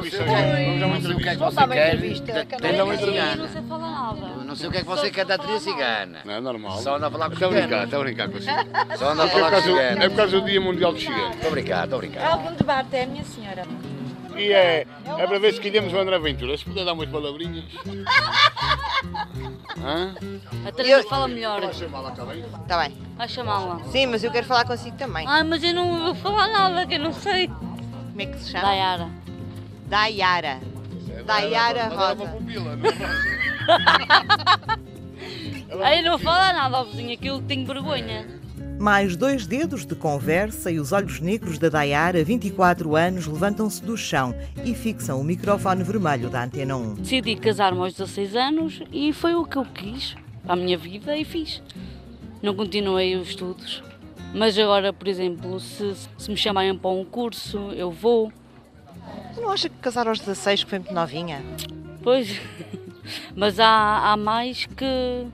Não sei o que é que você quer. Não sei falar nada. Não sei o que é que você quer da tria cigana. Não é normal. Só anda a falar com Estou a brincar, cigana. estou a brincar consigo. Só anda a falar com É cigana. por causa do Dia Mundial dos Ciganos. Estou a brincar, estou a brincar. Algum debate é, minha senhora? E é para ver se quilhamos o André Ventura. Se puder dar umas palavrinhas. Hã? A Teresa fala melhor. Está bem. Vai chamá-la. Sim, mas eu quero falar consigo também. Ai, mas eu não vou falar nada, que eu não sei. Como é que se chama? Dayara. Dayara. Dayara Rosa. Ai, eu não vou falar nada, ó vizinha, que eu tenho vergonha. Mais 2 dedos de conversa e os olhos negros da Dayara, 24 anos, levantam-se do chão e fixam o microfone vermelho da Antena 1. Decidi casar-me aos 16 anos e foi o que eu quis para a minha vida e fiz. Não continuei os estudos, mas agora, por exemplo, se me chamarem para um curso, eu vou. Não acha que casar aos 16 que foi muito novinha? Pois, mas há mais que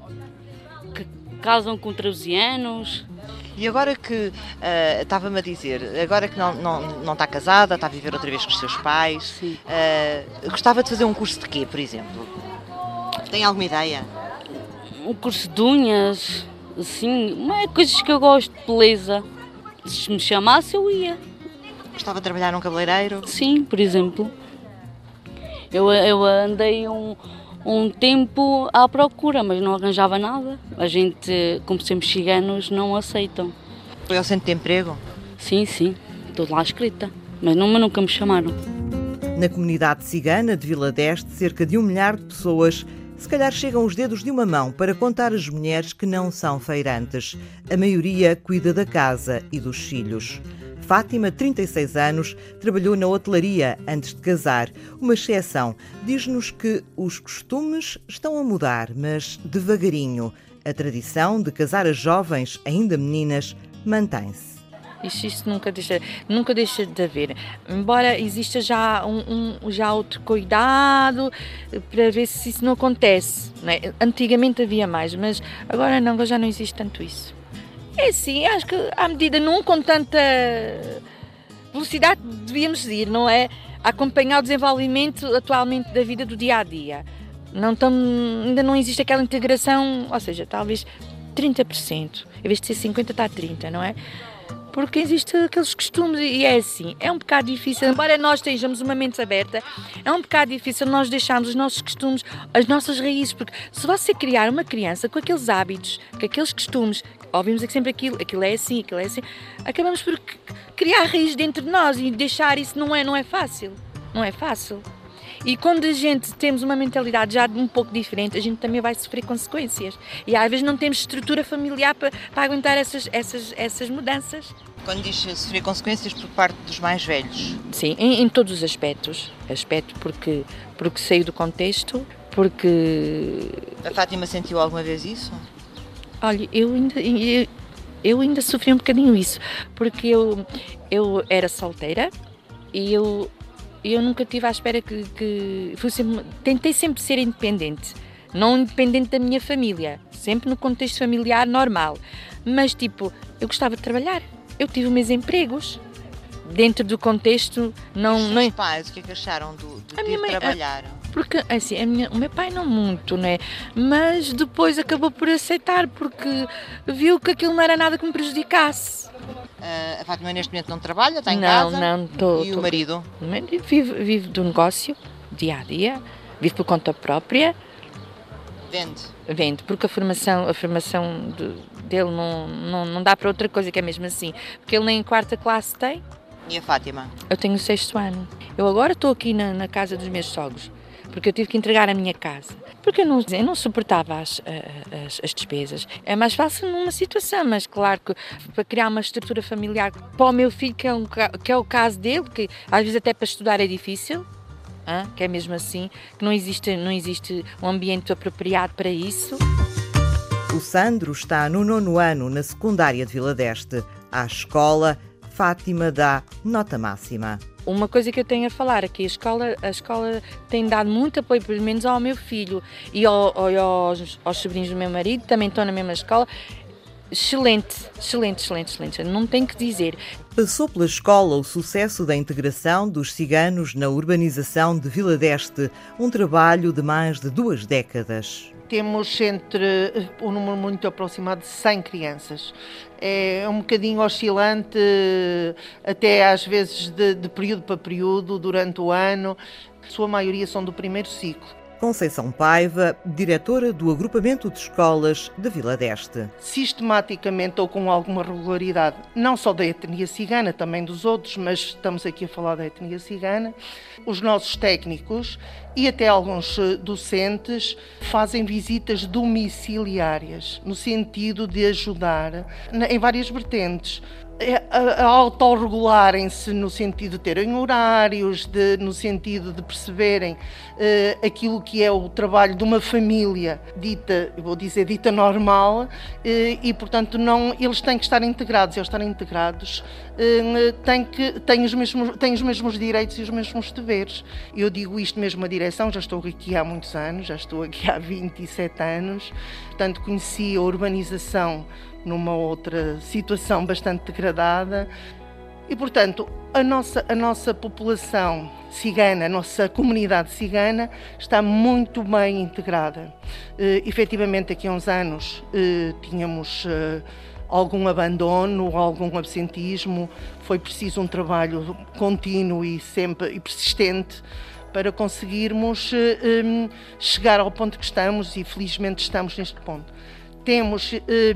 casam com 13 anos. E agora que, estava-me a dizer, agora que não está casada, está a viver outra vez com os seus pais, gostava de fazer um curso de quê, por exemplo? Tem alguma ideia? Um curso de unhas, assim, coisas que eu gosto, de beleza. Se me chamasse, eu ia. Gostava de trabalhar num cabeleireiro? Sim, por exemplo. Eu andei um tempo à procura, mas não arranjava nada. A gente, como somos ciganos, não aceitam. Foi ao centro de emprego? Sim, estou lá escrita, mas nunca me chamaram. Na comunidade cigana de Vila d'Este, cerca de 1 milhar de pessoas, se calhar chegam os dedos de uma mão para contar as mulheres que não são feirantes. A maioria cuida da casa e dos filhos. Fátima, 36 anos, trabalhou na hotelaria antes de casar. Uma exceção. Diz-nos que os costumes estão a mudar, mas devagarinho. A tradição de casar as jovens, ainda meninas, mantém-se. Isso nunca deixa de haver. Embora exista já já outro cuidado para ver se isso não acontece. Não é? Antigamente havia mais, mas agora não, já não existe tanto isso. É sim, acho que à medida, não com tanta velocidade devíamos ir, não é? A acompanhar o desenvolvimento atualmente da vida do dia-a-dia. Ainda não existe aquela integração, ou seja, talvez 30%, em vez de ser 50% está a 30%, não é? Porque existem aqueles costumes e é assim, é um bocado difícil, embora nós tenhamos uma mente aberta, é um bocado difícil nós deixarmos os nossos costumes, as nossas raízes, porque se você criar uma criança com aqueles hábitos, com aqueles costumes, ouvimos sempre aquilo é assim, acabamos por criar raízes dentro de nós e deixar isso não é fácil, não é fácil. E quando a gente temos uma mentalidade já um pouco diferente, a gente também vai sofrer consequências. E às vezes não temos estrutura familiar para aguentar essas mudanças. Quando diz sofrer consequências por parte dos mais velhos? Sim, em todos os aspectos. Porque saiu do contexto, porque... A Fátima sentiu alguma vez isso? Olha, eu ainda sofri um bocadinho isso, porque eu era solteira e eu nunca estive à espera tentei sempre ser independente, não independente da minha família, sempre no contexto familiar normal, mas eu gostava de trabalhar, eu tive meus empregos, dentro do contexto, não... Os pais, o que é que acharam de ir trabalhar? Porque, assim, o meu pai não muito, né? Mas depois acabou por aceitar, porque viu que aquilo não era nada que me prejudicasse. A Fátima neste momento não trabalha, está em casa? Não, estou. E o marido? O marido vive do negócio, dia a dia, vive por conta própria. Vende, porque a formação dele não dá para outra coisa, que é mesmo assim. Porque ele nem 4ª classe tem. E a Fátima? Eu tenho o 6º ano. Eu agora estou aqui na casa dos meus sogros, porque eu tive que entregar a minha casa. Porque eu não suportava as despesas. É mais fácil numa situação, mas claro que para criar uma estrutura familiar para o meu filho, que é o caso dele, que às vezes até para estudar é difícil, que é mesmo assim, que não existe um ambiente apropriado para isso. O Sandro está no 9º ano na secundária de Vila d'Este. À escola, Fátima dá nota máxima. Uma coisa que eu tenho a falar aqui, a escola tem dado muito apoio, pelo menos ao meu filho e aos sobrinhos do meu marido, também estão na mesma escola. Excelente, excelente, excelente, excelente. Não tenho que dizer. Passou pela escola o sucesso da integração dos ciganos na urbanização de Vila d'Este, um trabalho de mais de 2 décadas. Temos entre um número muito aproximado de 100 crianças. É um bocadinho oscilante, até às vezes de período para período, durante o ano. A sua maioria são do primeiro ciclo. Conceição Paiva, diretora do agrupamento de escolas de Vila d'Este. Sistematicamente ou com alguma regularidade, não só da etnia cigana, também dos outros, mas estamos aqui a falar da etnia cigana, os nossos técnicos e até alguns docentes fazem visitas domiciliárias, no sentido de ajudar em várias vertentes. A autorregularem-se no sentido de terem horários, no sentido de perceberem aquilo que é o trabalho de uma família dita, eu vou dizer, dita normal, e portanto eles têm que estar integrados. Eles estarem integrados têm os mesmos direitos e os mesmos deveres. Eu digo isto mesmo à direção, já estou aqui há muitos anos, já estou aqui há 27 anos, portanto conheci a urbanização numa outra situação bastante degradada e, portanto, a nossa população cigana, a nossa comunidade cigana está muito bem integrada. Efetivamente, aqui há uns anos tínhamos algum abandono, algum absentismo, foi preciso um trabalho contínuo e persistente para conseguirmos chegar ao ponto que estamos e felizmente estamos neste ponto. Temos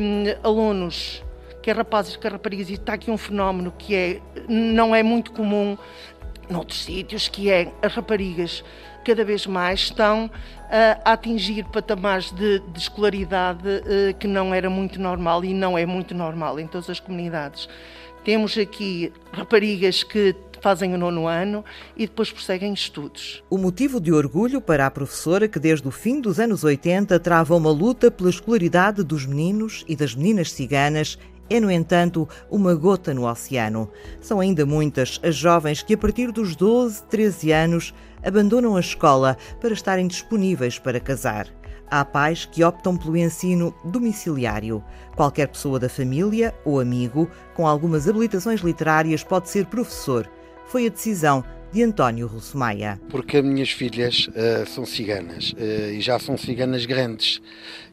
alunos, quer rapazes, quer raparigas, e está aqui um fenómeno que não é muito comum noutros sítios, que é as raparigas cada vez mais estão a atingir patamares de escolaridade que não era muito normal e não é muito normal em todas as comunidades. Temos aqui raparigas que fazem o 9º ano e depois prosseguem estudos. O motivo de orgulho para a professora que desde o fim dos anos 80 trava uma luta pela escolaridade dos meninos e das meninas ciganas é, no entanto, uma gota no oceano. São ainda muitas as jovens que a partir dos 12, 13 anos abandonam a escola para estarem disponíveis para casar. Há pais que optam pelo ensino domiciliário. Qualquer pessoa da família ou amigo com algumas habilitações literárias pode ser professor. Foi a decisão de António Russo Maia. Porque as minhas filhas são ciganas e já são ciganas grandes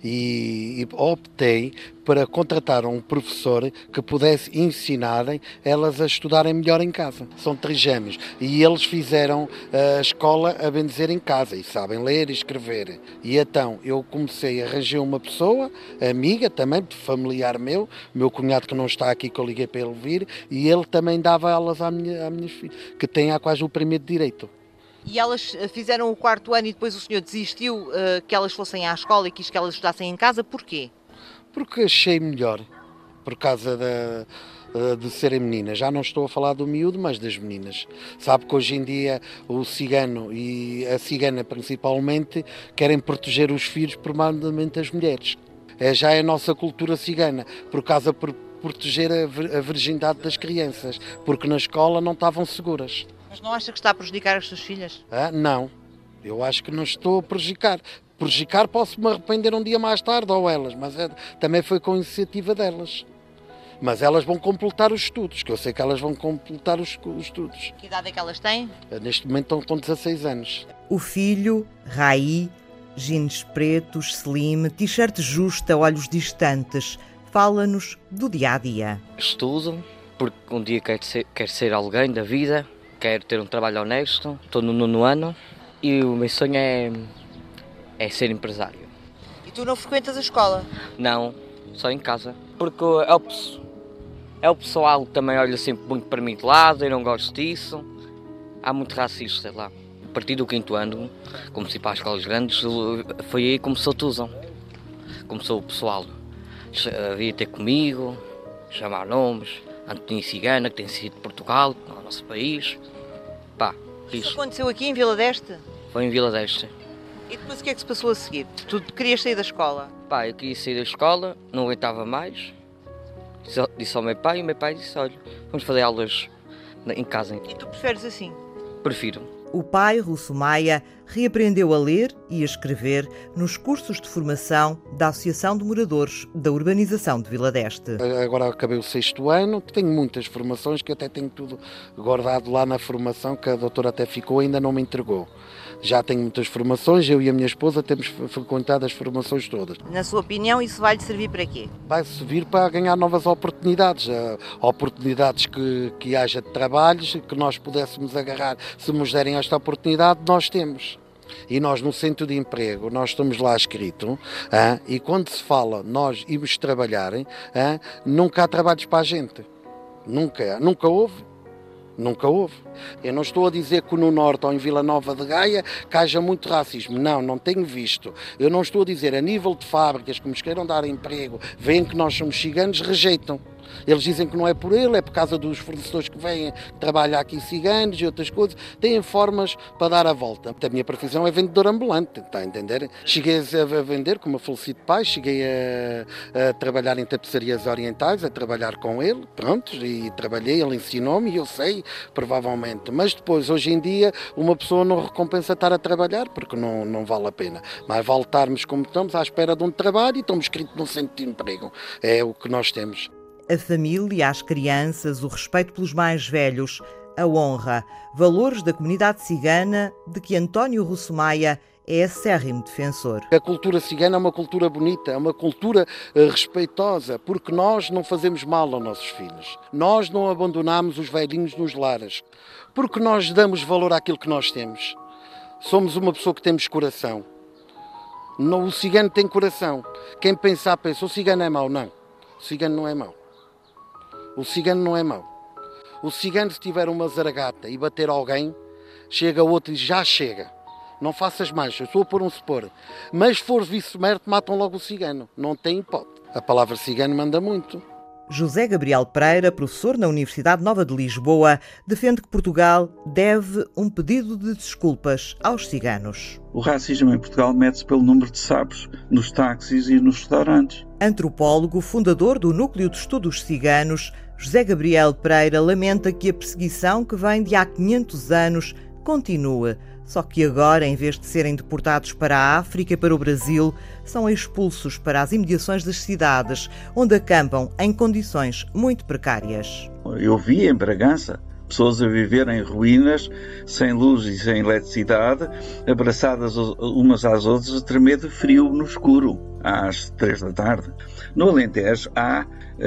e optei para contratar um professor que pudesse ensinarem elas a estudarem melhor em casa. São trigêmeos e eles fizeram a escola a bem dizer em casa e sabem ler e escrever. E então eu comecei a arranjar uma pessoa, amiga também, familiar meu cunhado que não está aqui, que eu liguei para ele vir, e ele também dava aulas às minhas filhas, que têm quase o primeiro direito. E elas fizeram o 4º ano e depois o senhor desistiu que elas fossem à escola e quis que elas estudassem em casa, porquê? Porque achei melhor, por causa de serem meninas. Já não estou a falar do miúdo, mas das meninas. Sabe que hoje em dia o cigano e a cigana principalmente querem proteger os filhos, primeiramente as mulheres. Já é a nossa cultura cigana, por causa por proteger a virgindade das crianças, porque na escola não estavam seguras. Mas não acha que está a prejudicar as suas filhas? Não, eu acho que não estou a prejudicar. Prejudicar posso-me arrepender um dia mais tarde, ou elas, mas também foi com a iniciativa delas. Mas elas vão completar os estudos, que eu sei que elas vão completar os estudos. Que idade é que elas têm? Neste momento estão com 16 anos. O filho, Raí, jeans pretos, slim, t-shirt justa, olhos distantes, fala-nos do dia-a-dia. Estudo, porque um dia quero ser alguém da vida, quero ter um trabalho honesto, estou no 9º ano e o meu sonho é ser empresário. E tu não frequentas a escola? Não, só em casa, porque é o pessoal que também olha sempre muito para mim de lado, eu não gosto disso, há muito racista lá. A partir do 5º ano, comecei para as escolas grandes, foi aí que começou tudo, começou o pessoal a vir ter comigo, chamar nomes, Antoninho Cigana, que tem sido de Portugal, no nosso país. Isso aconteceu aqui em Vila d'Este? Foi em Vila d'Este. E depois o que é que se passou a seguir? Tu querias sair da escola? Eu queria sair da escola, não aguentava mais. Disse ao meu pai, e o meu pai disse, olha, vamos fazer aulas em casa. E tu preferes assim? Prefiro. O pai, Russo Maia, reaprendeu a ler e a escrever nos cursos de formação da Associação de Moradores da Urbanização de Vila d'Este. Agora acabei o 6º ano, tenho muitas formações, que até tenho tudo guardado lá na formação, que a doutora até ficou, ainda não me entregou. Já tenho muitas formações, eu e a minha esposa temos frequentado as formações todas. Na sua opinião, isso vai-lhe servir para quê? Vai servir para ganhar novas oportunidades, oportunidades que haja de trabalhos, que nós pudéssemos agarrar. Se nos derem esta oportunidade, nós temos. E nós no centro de emprego, nós estamos lá escrito, e quando se fala nós irmos trabalhar, nunca há trabalhos para a gente. Nunca houve. Nunca houve. Eu não estou a dizer que no Norte ou em Vila Nova de Gaia que haja muito racismo. Não tenho visto. Eu não estou a dizer, a nível de fábricas que nos queiram dar emprego, veem que nós somos ciganos, rejeitam. Eles dizem que não é por ele, é por causa dos fornecedores que vêm trabalhar aqui ciganos e outras coisas. Têm formas para dar a volta. A minha profissão é vendedor ambulante, está a entender? Cheguei a vender com o meu falecido pai, cheguei a trabalhar em tapeçarias orientais, a trabalhar com ele, pronto, e trabalhei, ele ensinou-me e eu sei, provavelmente. Mas depois, hoje em dia, uma pessoa não recompensa estar a trabalhar, porque não vale a pena. Mas vale estarmos como estamos, à espera de um trabalho e estamos inscritos num centro de emprego. É o que nós temos. A família, as crianças, o respeito pelos mais velhos, a honra, valores da comunidade cigana de que António Russo Maia é acérrimo defensor. A cultura cigana é uma cultura bonita, é uma cultura respeitosa, porque nós não fazemos mal aos nossos filhos. Nós não abandonamos os velhinhos nos lares, porque nós damos valor àquilo que nós temos. Somos uma pessoa que temos coração. O cigano tem coração. Quem pensa, o cigano é mau. Não, o cigano não é mau. O cigano não é mau. O cigano, se tiver uma zaragata e bater alguém, chega outro e já chega. Não faças mais, eu estou a pôr um supor. Mas se for vice-merda, matam logo o cigano. Não tem hipótese. A palavra cigano manda muito. José Gabriel Pereira, professor na Universidade Nova de Lisboa, defende que Portugal deve um pedido de desculpas aos ciganos. O racismo em Portugal mede-se pelo número de sapos nos táxis e nos restaurantes. Antropólogo, fundador do Núcleo de Estudos Ciganos, José Gabriel Pereira lamenta que a perseguição que vem de há 500 anos continue. Só que agora, em vez de serem deportados para a África e para o Brasil, são expulsos para as imediações das cidades, onde acampam em condições muito precárias. Eu vi em Bragança pessoas a viver em ruínas, sem luz e sem eletricidade, abraçadas umas às outras, a tremer de frio no escuro, às 3 da tarde. No Alentejo há,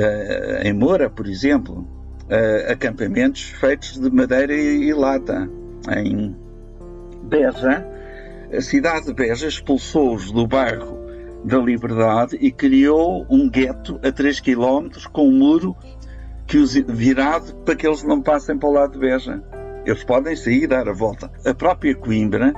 em Moura, por exemplo, acampamentos feitos de madeira e lata. Em Beja, a cidade de Beja expulsou-os do bairro da Liberdade e criou um gueto a 3 km com um muro que os virado para que eles não passem para o lado de Beja. Eles podem sair e dar a volta. A própria Coimbra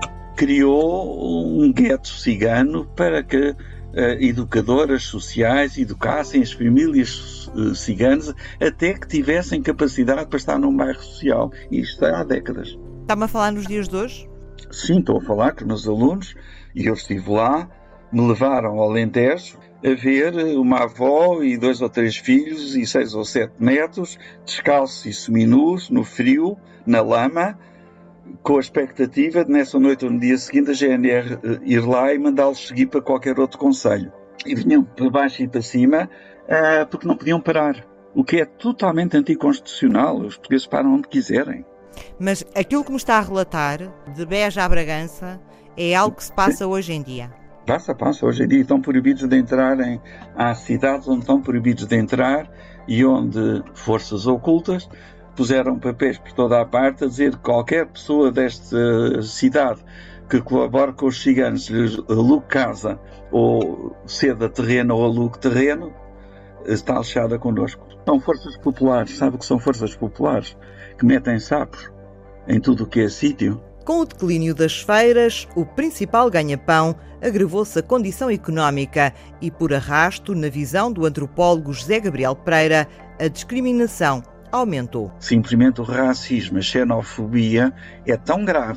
criou um gueto cigano para que educadoras sociais educassem as famílias ciganas até que tivessem capacidade para estar num bairro social. E isto há décadas. Está-me a falar nos dias de hoje? Sim, estou a falar com os meus alunos e eu estive lá, me levaram ao Alentejo a ver uma avó e 2 ou 3 filhos e 6 ou 7 netos, descalços e seminus, no frio, na lama, com a expectativa de nessa noite ou no dia seguinte a GNR ir lá e mandá-los seguir para qualquer outro concelho. E vinham para baixo e para cima porque não podiam parar, o que é totalmente anticonstitucional. Os portugueses param onde quiserem. Mas aquilo que me está a relatar, de Beja a Bragança, é algo que se passa hoje em dia. Passa. Hoje em dia estão proibidos de entrarem. Há cidades onde estão proibidos de entrar e onde forças ocultas puseram papéis por toda a parte a dizer que qualquer pessoa desta cidade que colabore com os ciganos, alugue casa ou ceda terreno ou alugue terreno, está alixada connosco. São forças populares, sabe o que são forças populares? Que metem sapos em tudo o que é sítio. Com o declínio das feiras, o principal ganha-pão agravou-se a condição económica e, por arrasto, na visão do antropólogo José Gabriel Pereira, a discriminação aumentou. Simplesmente o racismo, a xenofobia é tão grave,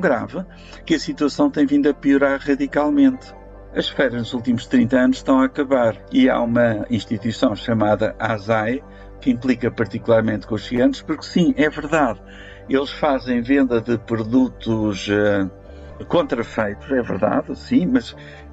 que a situação tem vindo a piorar radicalmente. As feiras nos últimos 30 anos estão a acabar e há uma instituição chamada ASAI, que implica particularmente com os ciganos, porque sim, é verdade Eles fazem venda de produtos contrafeitos, é verdade, sim, mas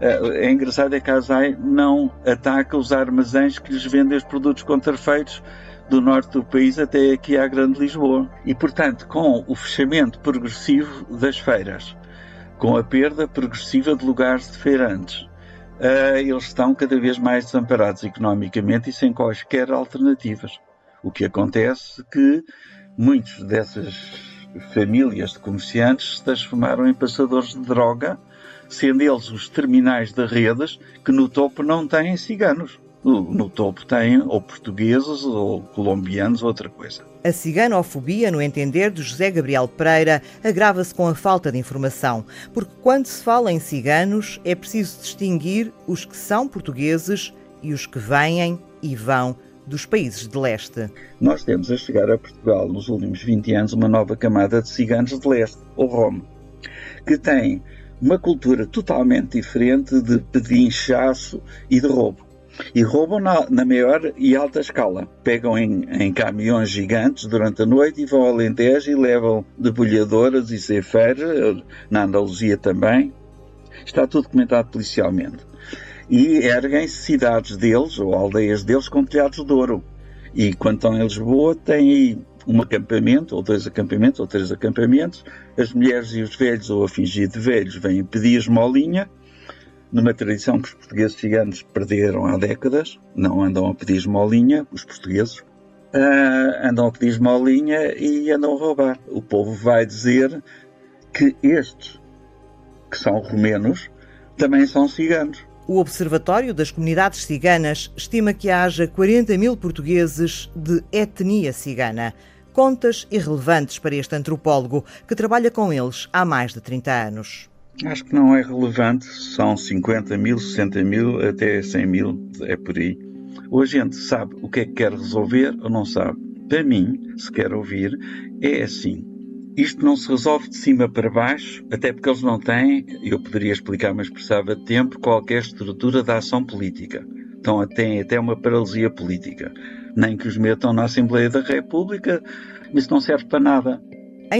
é engraçado é que a ASAI não ataca os armazéns que lhes vendem os produtos contrafeitos do norte do país até aqui à Grande Lisboa. E, portanto, com o fechamento progressivo das feiras, com a perda progressiva de lugares de feirantes, eles estão cada vez mais desamparados economicamente e sem quaisquer alternativas. O que acontece é que muitos dessas famílias de comerciantes se transformaram em passadores de droga, sendo eles os terminais de redes que no topo não têm ciganos. No topo têm ou portugueses ou colombianos ou outra coisa. A ciganofobia, no entender de José Gabriel Pereira, agrava-se com a falta de informação, porque quando se fala em ciganos é preciso distinguir os que são portugueses e os que vêm e vão dos países de leste. Nós temos a chegar a Portugal nos últimos 20 anos uma nova camada de ciganos de leste, ou Roma, que têm uma cultura totalmente diferente de pedinchaço e de roubo. E roubam na maior e alta escala. Pegam em caminhões gigantes durante a noite e vão ao Alentejo e levam debulhadoras e ceifeiras, na Andaluzia também. Está tudo documentado policialmente. E erguem-se cidades deles, ou aldeias deles, com telhados de ouro. E quando estão em Lisboa, têm aí um acampamento, ou 2 acampamentos, ou 3 acampamentos. As mulheres e os velhos, ou a fingir de velhos, vêm pedir esmolinha, numa tradição que os portugueses ciganos perderam há décadas. Não andam a pedir esmolinha, os portugueses. Andam a pedir esmolinha e andam a roubar. O povo vai dizer que estes, que são romenos, também são ciganos. O Observatório das Comunidades Ciganas estima que haja 40 mil portugueses de etnia cigana. Contas irrelevantes para este antropólogo, que trabalha com eles há mais de 30 anos. Acho que não é relevante, são 50 mil, 60 mil, até 100 mil, é por aí. Ou a gente sabe o que é que quer resolver ou não sabe. Para mim, se quer ouvir, é assim. Isto não se resolve de cima para baixo, até porque eles não têm, eu poderia explicar, mas precisava de tempo, qualquer estrutura de ação política. Então têm até uma paralisia política. Nem que os metam na Assembleia da República, isso não serve para nada. Em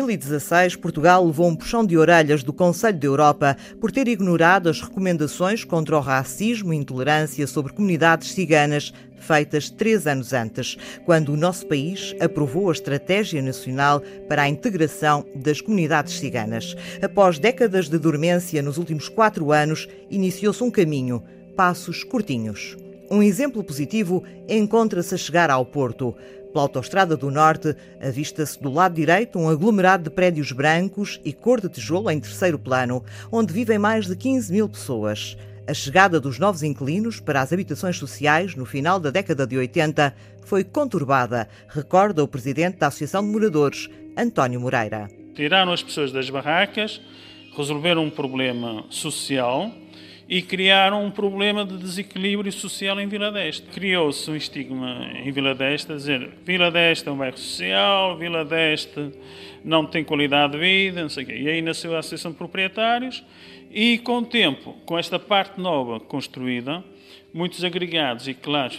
2016, Portugal levou um puxão de orelhas do Conselho da Europa por ter ignorado as recomendações contra o racismo e intolerância sobre comunidades ciganas feitas 3 anos antes, quando o nosso país aprovou a Estratégia Nacional para a Integração das Comunidades Ciganas. Após décadas de dormência nos últimos 4 anos, iniciou-se um caminho, passos curtinhos. Um exemplo positivo encontra-se a chegar ao Porto. Pela Autostrada do Norte, avista-se do lado direito um aglomerado de prédios brancos e cor de tijolo em terceiro plano, onde vivem mais de 15 mil pessoas. A chegada dos novos inquilinos para as habitações sociais no final da década de 80 foi conturbada, recorda o presidente da Associação de Moradores, António Moreira. Tiraram as pessoas das barracas, resolveram um problema social e criaram um problema de desequilíbrio social em Vila d'Este. Criou-se um estigma em Vila d'Este a dizer Vila d'Este é um bairro social, Vila d'Este não tem qualidade de vida, não sei o quê. E aí nasceu a Associação de Proprietários e, com o tempo, com esta parte nova construída, muitos agregados e claros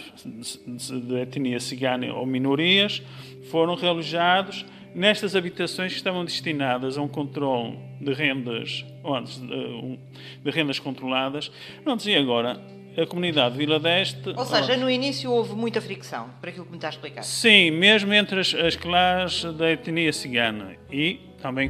de etnia cigana ou minorias foram realojados nestas habitações que estavam destinadas a um controle de rendas, de rendas controladas. Pronto, e agora a comunidade de Vila d'Este... Ou seja, no início houve muita fricção, para aquilo que me está a explicar. Sim, mesmo entre as classes da etnia cigana e também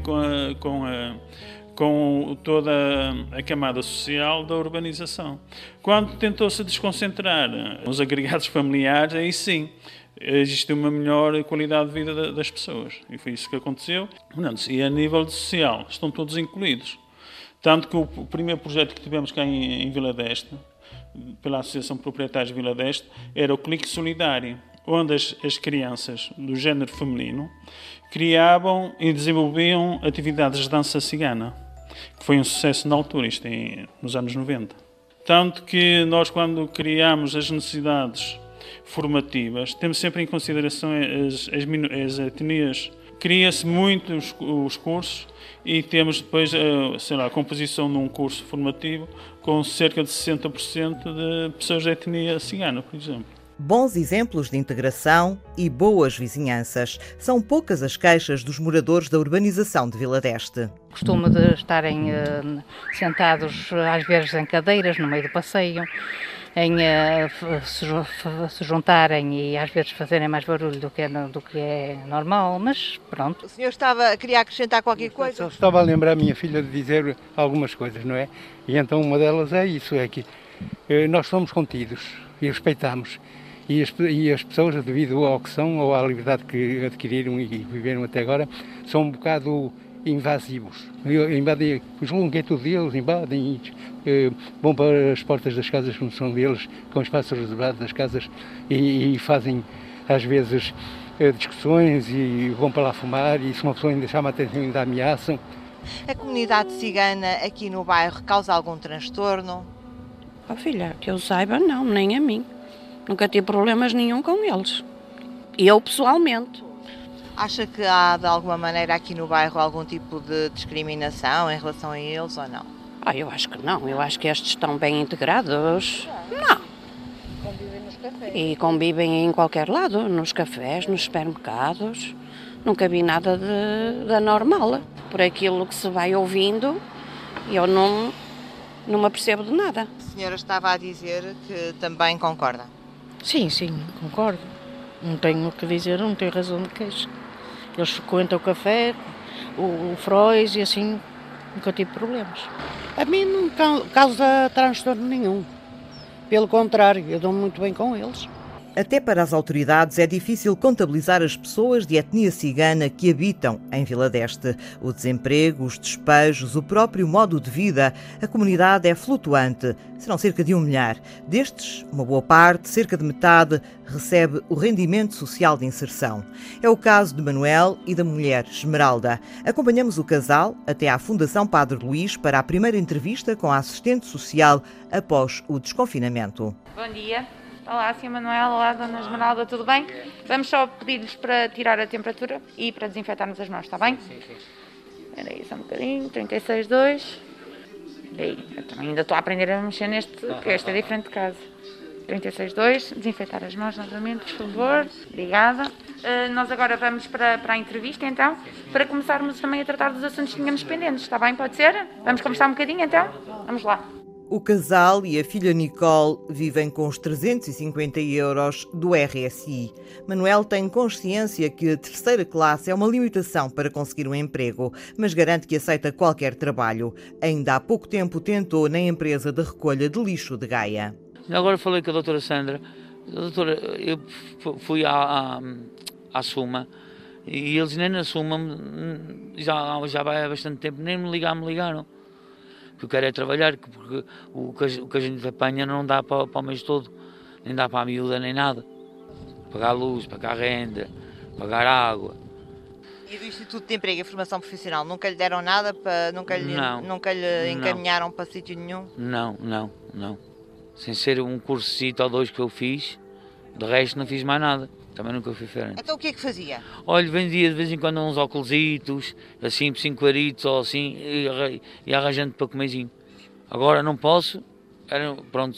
com toda a camada social da urbanização. Quando tentou-se desconcentrar os agregados familiares, aí sim, existe uma melhor qualidade de vida das pessoas. E foi isso que aconteceu. E a nível social, estão todos incluídos. Tanto que o primeiro projeto que tivemos cá em Vila d'Este, pela Associação de Proprietários de Vila d'Este, era o Clique Solidário, onde as crianças do género feminino criavam e desenvolviam atividades de dança cigana, que foi um sucesso na altura, isto nos anos 90. Tanto que nós, quando criámos as necessidades formativas, temos sempre em consideração as etnias. Cria-se muito os cursos e temos depois, a composição de um curso formativo com cerca de 60% de pessoas da etnia cigana, por exemplo. Bons exemplos de integração e boas vizinhanças. São poucas as queixas dos moradores da urbanização de Vila d'Este. Costumo de estarem sentados às vezes em cadeiras no meio do passeio, se juntarem e às vezes fazerem mais barulho do que é normal, mas pronto. O senhor queria acrescentar qualquer coisa? Só estava a lembrar a minha filha de dizer algumas coisas, não é? E então uma delas é isso, é que nós somos contidos e respeitamos. E as pessoas, devido ao que são, ou à liberdade que adquiriram e viveram até agora, são um bocado invasivos. Invadem, julgam que é tudo deles, invadem, vão para as portas das casas que não são deles, com espaço reservado das casas, e fazem, às vezes, discussões e vão para lá fumar, e se uma pessoa ainda chama a atenção, ainda ameaçam. A comunidade cigana aqui no bairro causa algum transtorno? Oh, filha, que eu saiba, não, nem a mim. Nunca tive problemas nenhum com eles. Eu, pessoalmente. Acha que há, de alguma maneira, aqui no bairro algum tipo de discriminação em relação a eles ou não? Eu acho que não. Eu acho que estes estão bem integrados. Não. Convivem nos cafés. E convivem em qualquer lado, nos cafés, nos supermercados. Nunca vi nada de anormal. Por aquilo que se vai ouvindo, eu não me apercebo de nada. A senhora estava a dizer que também concorda? Sim, concordo. Não tenho o que dizer, não tenho razão de queixa. Eles frequentam o café, o Frois e assim, nunca tive problemas. A mim não causa transtorno nenhum. Pelo contrário, eu dou muito bem com eles. Até para as autoridades é difícil contabilizar as pessoas de etnia cigana que habitam em Vila d'Este. O desemprego, os despejos, o próprio modo de vida, a comunidade é flutuante. Serão cerca de 1 milhar. Destes, uma boa parte, cerca de metade, recebe o rendimento social de inserção. É o caso de Manuel e da mulher Esmeralda. Acompanhamos o casal até à Fundação Padre Luís para a primeira entrevista com a assistente social após o desconfinamento. Bom dia. Olá, Sr. Manuel, olá, Dona Esmeralda, tudo bem? Vamos só pedir-lhes para tirar a temperatura e para desinfetarmos as mãos, está bem? Sim. Espera aí, só um bocadinho, 36,2. Aí, eu também ainda estou a aprender a mexer neste, porque este é diferente de casa. 36,2, desinfetar as mãos novamente, por favor. Obrigada. Nós agora vamos para a entrevista, então, para começarmos também a tratar dos assuntos que tínhamos pendentes, está bem? Pode ser? Vamos conversar um bocadinho, então? Vamos lá. O casal e a filha Nicole vivem com os 350 € do RSI. Manuel tem consciência que a terceira classe é uma limitação para conseguir um emprego, mas garante que aceita qualquer trabalho. Ainda há pouco tempo tentou na empresa de recolha de lixo de Gaia. Agora falei com a doutora Sandra. Doutora, eu fui à Suma e eles nem na Suma, já vai há bastante tempo, nem me ligaram. O que eu quero é trabalhar, porque o que a gente apanha não dá para o mês todo, nem dá para a miúda, nem nada. Pagar luz, pagar renda, pagar água. E do Instituto de Emprego e Formação Profissional, nunca lhe deram nada, nunca lhe encaminharam para sítio nenhum? Não. Sem ser um cursito ou 2 que eu fiz, de resto não fiz mais nada. Também nunca fui diferente. Então o que é que fazia? Olha, vendia de vez em quando uns óculositos, assim, 5 aritos ou assim, e arranjando para comerzinho. Agora não posso, pronto,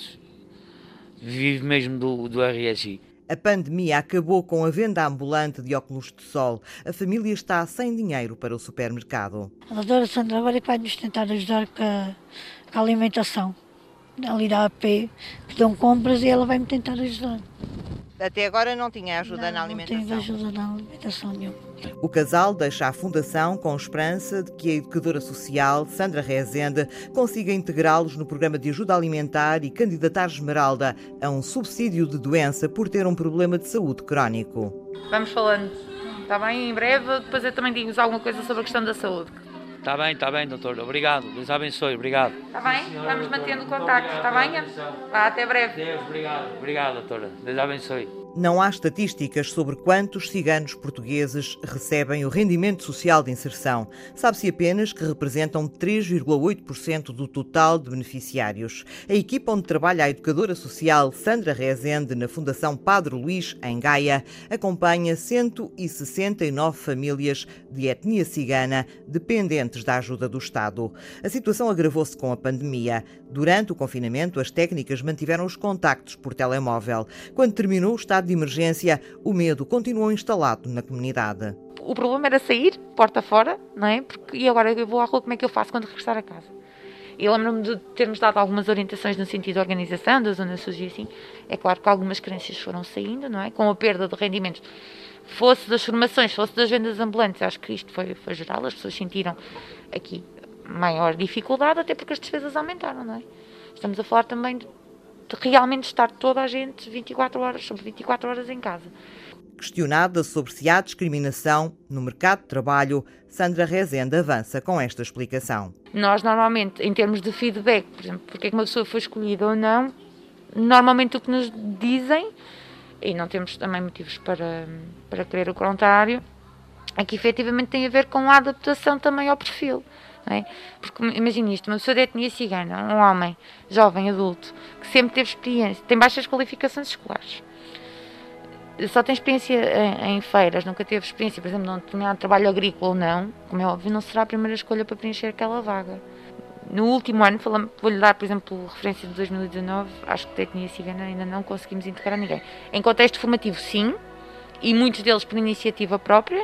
vivo mesmo do RSI. A pandemia acabou com a venda ambulante de óculos de sol. A família está sem dinheiro para o supermercado. A doutora Sandra agora vai nos tentar ajudar com a alimentação. Ali da AP, que dão compras e ela vai me tentar ajudar. Até agora não tinha ajuda na alimentação? Não tive ajuda na alimentação nenhuma. O casal deixa a Fundação com esperança de que a educadora social, Sandra Rezende, consiga integrá-los no programa de ajuda alimentar e candidatar Esmeralda a um subsídio de doença por ter um problema de saúde crónico. Vamos falando, está bem? Em breve, depois eu também digo-vos alguma coisa sobre a questão da saúde. Está bem, doutor. Obrigado. Deus abençoe. Obrigado. Está bem? Vamos mantendo o contacto, está bem? Vá, até breve. Deus, obrigado. Obrigado, doutora. Deus abençoe. Não há estatísticas sobre quantos ciganos portugueses recebem o rendimento social de inserção. Sabe-se apenas que representam 3,8% do total de beneficiários. A equipa onde trabalha a educadora social Sandra Rezende, na Fundação Padre Luís, em Gaia, acompanha 169 famílias de etnia cigana dependentes da ajuda do Estado. A situação agravou-se com a pandemia. Durante o confinamento, as técnicas mantiveram os contactos por telemóvel. Quando terminou o estado de emergência, o medo continuou instalado na comunidade. O problema era sair, porta fora, não é? E agora eu vou à rua, como é que eu faço quando regressar a casa? E lembro-me de termos dado algumas orientações no sentido de organização da zona suja e assim. É claro que algumas crianças foram saindo, não é? Com a perda de rendimentos. Fosse das formações, fosse das vendas ambulantes, acho que isto foi geral, as pessoas sentiram aqui maior dificuldade, até porque as despesas aumentaram, não é? Estamos a falar também de realmente estar toda a gente 24 horas sobre 24 horas em casa. Questionada sobre se há discriminação no mercado de trabalho, Sandra Rezende avança com esta explicação. Nós normalmente, em termos de feedback, por exemplo, porque é que uma pessoa foi escolhida ou não, normalmente o que nos dizem, e não temos também motivos para crer o contrário, é que efetivamente tem a ver com a adaptação também ao perfil. Não é? Porque imagine isto, uma pessoa de etnia cigana, um homem, jovem, adulto, que sempre teve experiência, tem baixas qualificações escolares, só tem experiência em feiras, nunca teve experiência, por exemplo, num determinado trabalho agrícola ou não, como é óbvio, não será a primeira escolha para preencher aquela vaga. No último ano, vou-lhe dar, por exemplo, referência de 2019, acho que da etnia cigana ainda não conseguimos integrar ninguém. Em contexto formativo, sim, e muitos deles por iniciativa própria,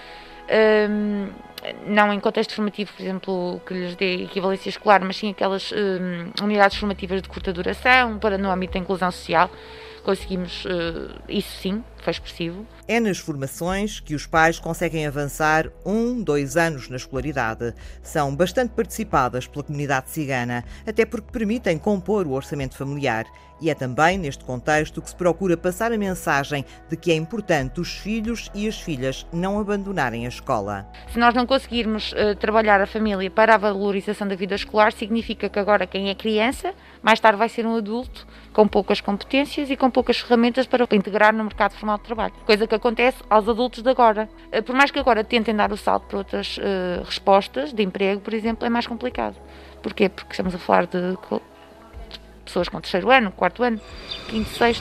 não em contexto formativo, por exemplo, que lhes dê equivalência escolar, mas sim aquelas unidades formativas de curta duração, para no âmbito da inclusão social, conseguimos, isso sim, foi expressivo. É nas formações que os pais conseguem avançar 1-2 anos na escolaridade. São bastante participadas pela comunidade cigana, até porque permitem compor o orçamento familiar. E é também neste contexto que se procura passar a mensagem de que é importante os filhos e as filhas não abandonarem a escola. Se nós não conseguirmos trabalhar a família para a valorização da vida escolar, significa que agora quem é criança, mais tarde vai ser um adulto com poucas competências e com poucas ferramentas para integrar no mercado formal de trabalho. Coisa que acontece aos adultos de agora. Por mais que agora tentem dar o salto para outras respostas de emprego, por exemplo, é mais complicado. Porquê? Porque estamos a falar de pessoas com 3º ano, 4º ano, 5º, 6º.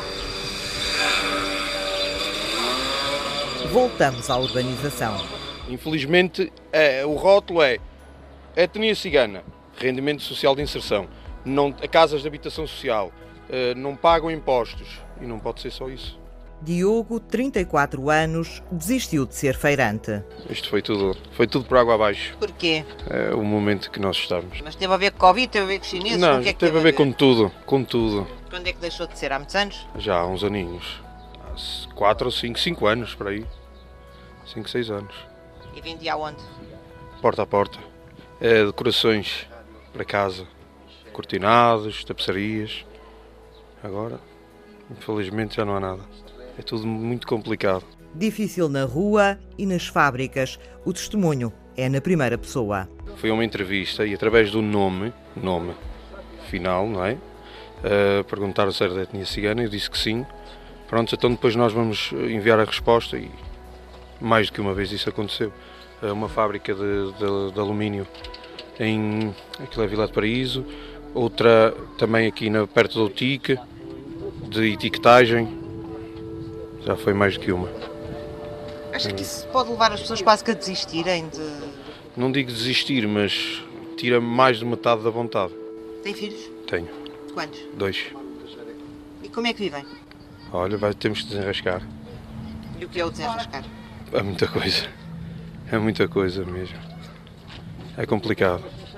Voltamos à urbanização. Infelizmente, o rótulo é etnia cigana, rendimento social de inserção, casas de habitação social, não pagam impostos. E não pode ser só isso. Diogo, 34 anos, desistiu de ser feirante. Isto foi tudo por água abaixo. Porquê? É o momento que nós estamos. Mas teve a ver com Covid, teve a ver com os chineses? Não, que é que teve a ver com tudo. Quando é que deixou de ser? Há muitos anos? Já há uns aninhos. Há 4 ou 5 anos, por aí. 5, 6 anos. E vendia aonde? Porta a porta. Decorações para casa. Cortinados, tapeçarias. Agora, infelizmente, já não há nada. É tudo muito complicado. Difícil na rua e nas fábricas. O testemunho é na primeira pessoa. Foi uma entrevista e através do nome final, não é? Perguntaram se era da etnia cigana, eu disse que sim. Pronto, então depois nós vamos enviar a resposta e mais do que uma vez isso aconteceu. Uma fábrica de alumínio aquilo é Vila de Paraíso, outra também aqui perto da UTIC, de etiquetagem. Já foi mais do que uma. Acho que isso pode levar as pessoas quase que a desistirem de... Não digo desistir, mas tira mais de metade da vontade. Tem filhos? Tenho. Quantos? 2. E como é que vivem? Olha, temos que desenrascar. E o que é o desenrascar? É muita coisa. É muita coisa mesmo. É complicado.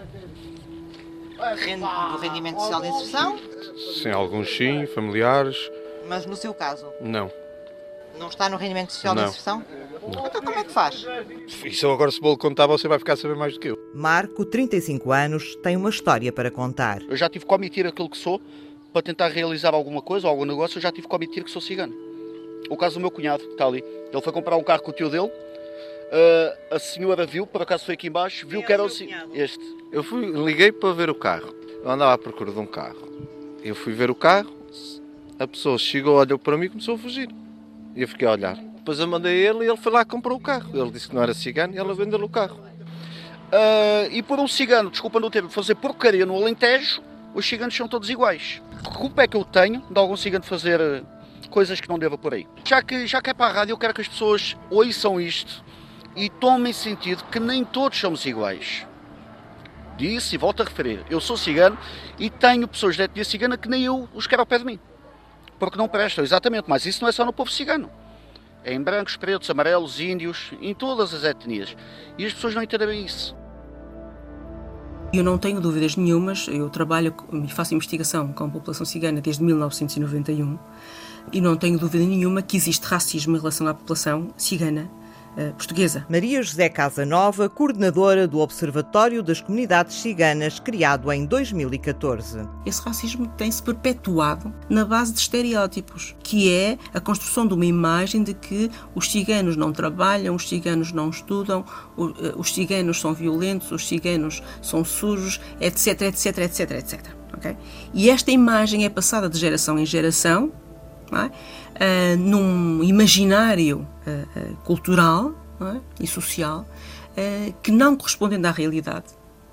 Do rendimento social de inserção? Sim, alguns sim, familiares. Mas no seu caso? Não. Não está no rendimento social de inserção? Não. Então como é que faz? Isso agora se vou contar você vai ficar a saber mais do que eu. Marco, 35 anos, tem uma história para contar. Eu já tive que omitir aquilo que sou para tentar realizar alguma coisa ou algum negócio, eu já tive que omitir que sou cigano. O caso do meu cunhado, que está ali. Ele foi comprar um carro com o tio dele, a senhora viu, por acaso foi aqui embaixo, viu que era este. Eu liguei para ver o carro. Eu andava à procura de um carro. Eu fui ver o carro, A pessoa chegou, olhou para mim e começou a fugir. E eu fiquei a olhar. Depois eu mandei ele e ele foi lá e comprou o carro. Ele disse que não era cigano e ela vendeu-lhe o carro. E por um cigano, desculpa não ter, fazer porcaria no Alentejo, os ciganos são todos iguais. Que culpa é que eu tenho de algum cigano fazer coisas que não deva por aí? Já que é para a rádio, eu quero que as pessoas ouçam isto e tomem sentido que nem todos somos iguais. Disse e volto a referir, eu sou cigano e tenho pessoas da etnia cigana que nem eu os quero ao pé de mim. Porque não prestam, exatamente, mas isso não é só no povo cigano. É em brancos, pretos, amarelos, índios, em todas as etnias. E as pessoas não entendem isso. Eu não tenho dúvidas nenhumas, eu trabalho e faço investigação com a população cigana desde 1991 e não tenho dúvida nenhuma que existe racismo em relação à população cigana portuguesa. Maria José Casanova, coordenadora do Observatório das Comunidades Ciganas, criado em 2014. Esse racismo tem-se perpetuado na base de estereótipos, que é a construção de uma imagem de que os ciganos não trabalham, os ciganos não estudam, os ciganos são violentos, os ciganos são sujos, etc, etc, etc, etc. Okay? E esta imagem é passada de geração em geração, não é? Num imaginário cultural, não é? E social que não correspondendo à realidade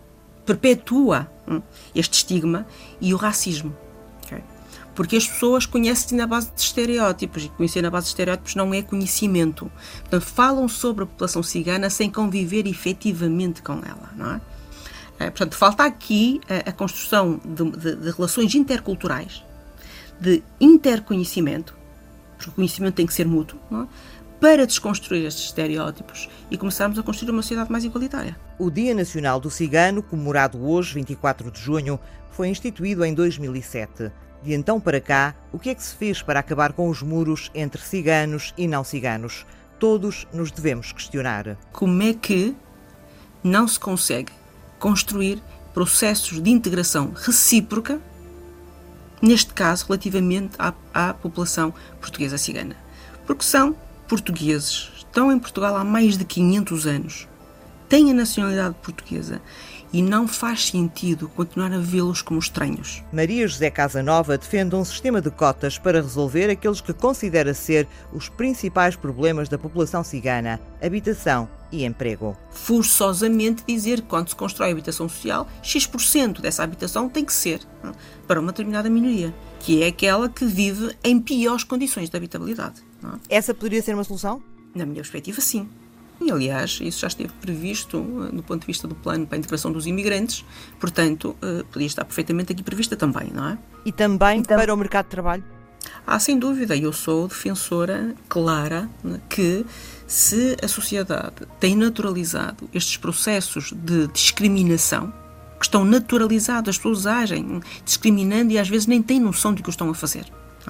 perpetua este estigma e o racismo, okay? Porque as pessoas conhecem na base de estereótipos e conhecer na base de estereótipos não é conhecimento, portanto falam sobre a população cigana sem conviver efetivamente com ela, não é? Portanto falta aqui a construção de relações interculturais, de interconhecimento, porque o conhecimento tem que ser mútuo, não é? Para desconstruir estes estereótipos e começarmos a construir uma sociedade mais igualitária. O Dia Nacional do Cigano, comemorado hoje, 24 de junho, foi instituído em 2007. De então para cá, o que é que se fez para acabar com os muros entre ciganos e não ciganos? Todos nos devemos questionar. Como é que não se consegue construir processos de integração recíproca, neste caso, relativamente à população portuguesa cigana? Porque são portugueses, estão em Portugal há mais de 500 anos, têm a nacionalidade portuguesa e não faz sentido continuar a vê-los como estranhos. Maria José Casanova defende um sistema de cotas para resolver aqueles que considera ser os principais problemas da população cigana: habitação e emprego. Forçosamente dizer que quando se constrói habitação social, X% dessa habitação tem que ser para uma determinada minoria, que é aquela que vive em piores condições de habitabilidade. Não é? Essa poderia ser uma solução? Na minha perspectiva, sim. E, aliás, isso já esteve previsto do ponto de vista do plano para a integração dos imigrantes, portanto, podia estar perfeitamente aqui prevista também, não é? E também para o mercado de trabalho? Sem dúvida. Eu sou defensora clara que se a sociedade tem naturalizado estes processos de discriminação, que estão naturalizados, as pessoas agem discriminando e às vezes nem têm noção de que o estão a fazer.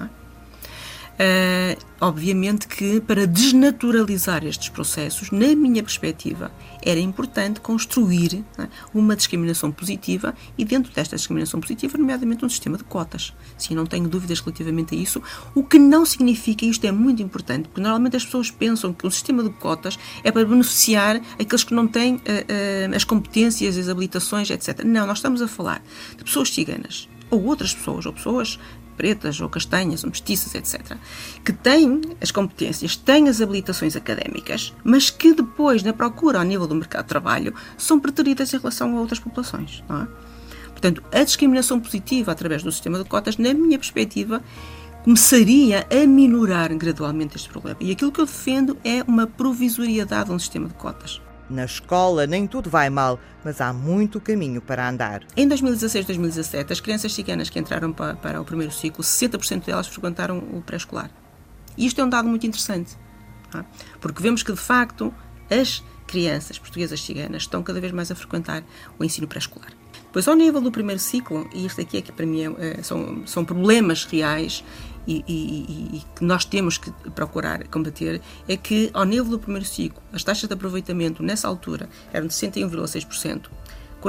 Obviamente que para desnaturalizar estes processos, na minha perspectiva, era importante construir uma discriminação positiva e dentro desta discriminação positiva, nomeadamente um sistema de cotas. Sim, não tenho dúvidas relativamente a isso, o que não significa, e isto é muito importante, porque normalmente as pessoas pensam que o sistema de cotas é para beneficiar aqueles que não têm as competências, as habilitações, etc. Não, nós estamos a falar de pessoas ciganas ou outras pessoas, ou pessoas pretas ou castanhas ou mestiças, etc., que têm as competências, têm as habilitações académicas, mas que depois, na procura ao nível do mercado de trabalho, são preteridas em relação a outras populações, não é? Portanto, a discriminação positiva através do sistema de cotas, na minha perspectiva, começaria a minorar gradualmente este problema. E aquilo que eu defendo é uma provisoriedade de um sistema de cotas. Na escola nem tudo vai mal, mas há muito caminho para andar. Em 2016-2017, as crianças ciganas que entraram para o primeiro ciclo, 60% delas frequentaram o pré-escolar. E isto é um dado muito interessante, não é? Porque vemos que, de facto, as crianças portuguesas ciganas estão cada vez mais a frequentar o ensino pré-escolar. Pois ao nível do primeiro ciclo, e isto aqui é que para mim são problemas reais e que nós temos que procurar combater, é que ao nível do primeiro ciclo, as taxas de aproveitamento nessa altura eram de 61,6%,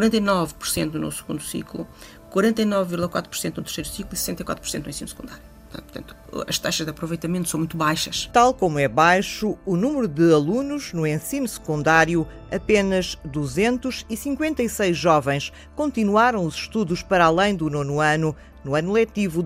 49% no segundo ciclo, 49,4% no terceiro ciclo e 64% no ensino secundário. Portanto, as taxas de aproveitamento são muito baixas. Tal como é baixo o número de alunos no ensino secundário, apenas 256 jovens continuaram os estudos para além do 9º ano, no ano letivo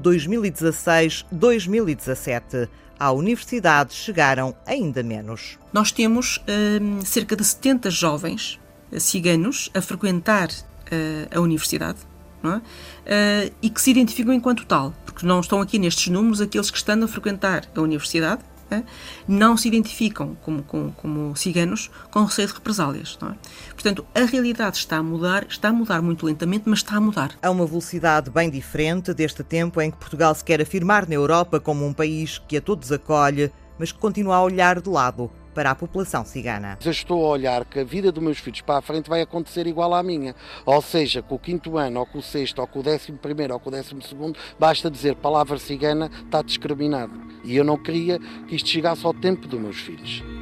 2016-2017. À universidade chegaram ainda menos. Nós temos cerca de 70 jovens ciganos a frequentar a universidade, não é? E que se identificam enquanto tal, porque não estão aqui nestes números aqueles que estão a frequentar a universidade, não se identificam como ciganos com receio de represálias. Não é? Portanto, a realidade está a mudar muito lentamente, mas está a mudar. A uma velocidade bem diferente deste tempo em que Portugal se quer afirmar na Europa como um país que a todos acolhe, mas que continua a olhar de lado para a população cigana. Eu estou a olhar que a vida dos meus filhos para a frente vai acontecer igual à minha. Ou seja, com o 5º ano, ou com o 6º, ou com o 11º, ou com o 12º, basta dizer palavra cigana, está discriminado. E eu não queria que isto chegasse ao tempo dos meus filhos.